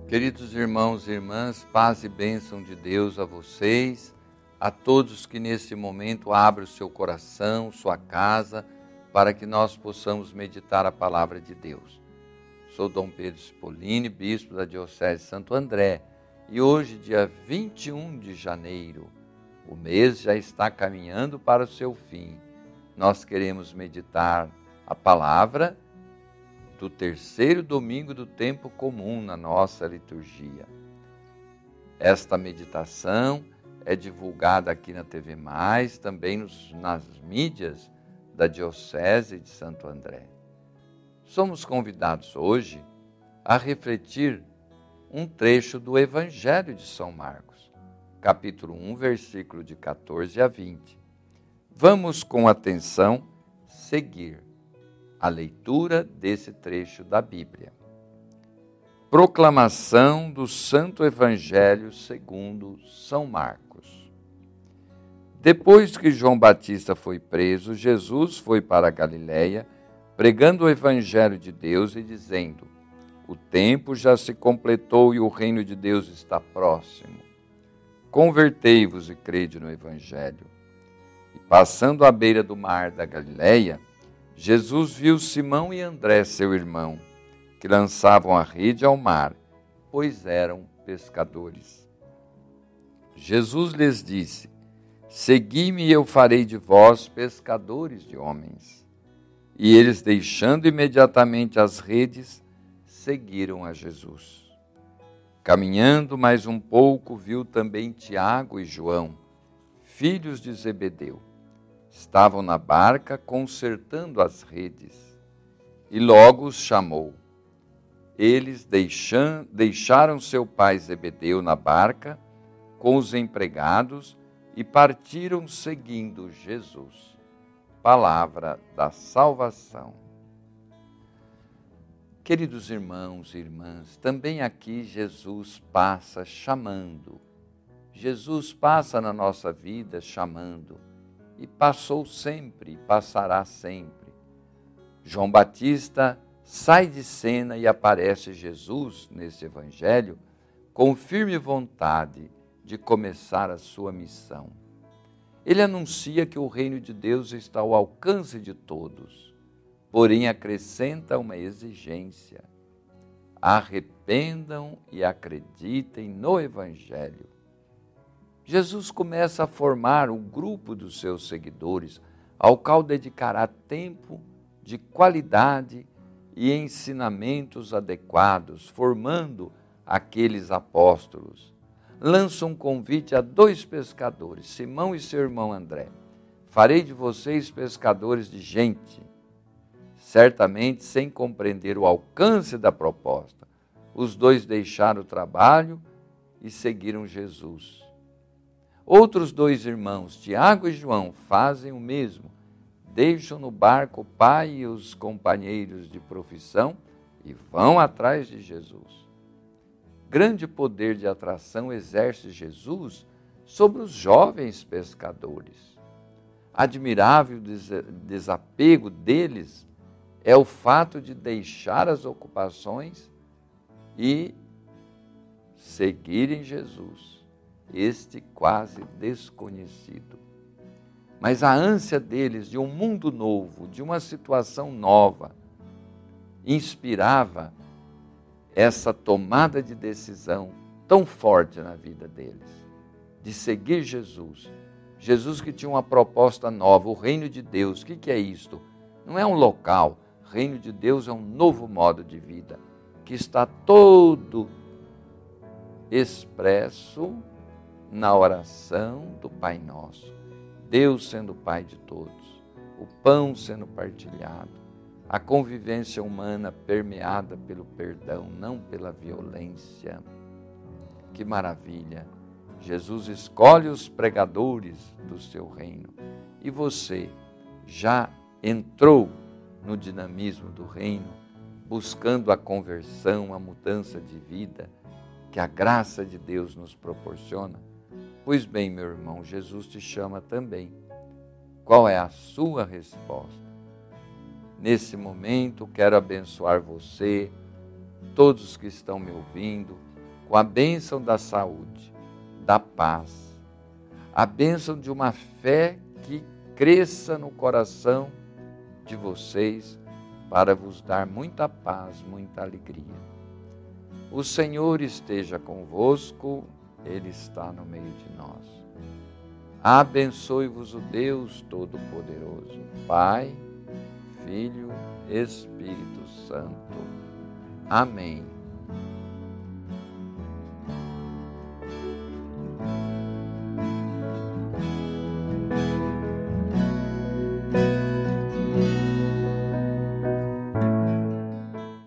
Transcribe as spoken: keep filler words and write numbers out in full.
Queridos irmãos e irmãs, paz e bênção de Deus a vocês, a todos que nesse momento abrem o seu coração, sua casa, para que nós possamos meditar a palavra de Deus. Sou Dom Pedro Spolini, bispo da Diocese de Santo André, e hoje, dia vinte e um de janeiro, o mês já está caminhando para o seu fim. Nós queremos meditar a palavra do terceiro domingo do tempo comum na nossa liturgia. Esta meditação é divulgada aqui na T V Mais, também nos, nas mídias da Diocese de Santo André. Somos convidados hoje a refletir um trecho do Evangelho de São Marcos, capítulo um, versículo de quatorze a vinte. Vamos com atenção seguir a leitura desse trecho da Bíblia. Proclamação do Santo Evangelho segundo São Marcos. Depois que João Batista foi preso, Jesus foi para a Galiléia, pregando o Evangelho de Deus e dizendo: o tempo já se completou e o reino de Deus está próximo. Convertei-vos e crede no Evangelho. E passando à beira do mar da Galiléia, Jesus viu Simão e André, seu irmão, que lançavam a rede ao mar, pois eram pescadores. Jesus lhes disse: segui-me e eu farei de vós pescadores de homens. E eles, deixando imediatamente as redes, seguiram a Jesus. Caminhando mais um pouco, viu também Tiago e João, filhos de Zebedeu. Estavam na barca consertando as redes, e logo os chamou. Eles deixam, deixaram seu pai Zebedeu na barca com os empregados e partiram seguindo Jesus. Palavra da salvação. Queridos irmãos e irmãs, também aqui Jesus passa chamando. Jesus passa na nossa vida chamando. E passou sempre, e passará sempre. João Batista sai de cena e aparece Jesus nesse evangelho com firme vontade de começar a sua missão. Ele anuncia que o reino de Deus está ao alcance de todos, porém acrescenta uma exigência: arrependam e acreditem no evangelho. Jesus começa a formar o grupo dos seus seguidores, ao qual dedicará tempo de qualidade e ensinamentos adequados, formando aqueles apóstolos. Lança um convite a dois pescadores, Simão e seu irmão André. Farei de vocês pescadores de gente. Certamente, sem compreender o alcance da proposta, os dois deixaram o trabalho e seguiram Jesus. Outros dois irmãos, Tiago e João, fazem o mesmo. Deixam no barco o pai e os companheiros de profissão e vão atrás de Jesus. Grande poder de atração exerce Jesus sobre os jovens pescadores. Admirável desapego deles é o fato de deixar as ocupações e seguirem Jesus, este quase desconhecido. Mas a ânsia deles de um mundo novo, de uma situação nova, inspirava essa tomada de decisão tão forte na vida deles, de seguir Jesus. Jesus que tinha uma proposta nova, o reino de Deus. O que, que é isto? Não é um local, o reino de Deus é um novo modo de vida, que está todo expresso na oração do Pai Nosso. Deus sendo o Pai de todos, o pão sendo partilhado, a convivência humana permeada pelo perdão, não pela violência. Que maravilha! Jesus escolhe os pregadores do seu reino. E você já entrou no dinamismo do reino, buscando a conversão, a mudança de vida que a graça de Deus nos proporciona? Pois bem, meu irmão, Jesus te chama também. Qual é a sua resposta? Nesse momento, quero abençoar você, todos que estão me ouvindo, com a bênção da saúde, da paz, a bênção de uma fé que cresça no coração de vocês para vos dar muita paz, muita alegria. O Senhor esteja convosco, Ele está no meio de nós. Abençoe-vos o Deus Todo-Poderoso, Pai, Filho, Espírito Santo. Amém.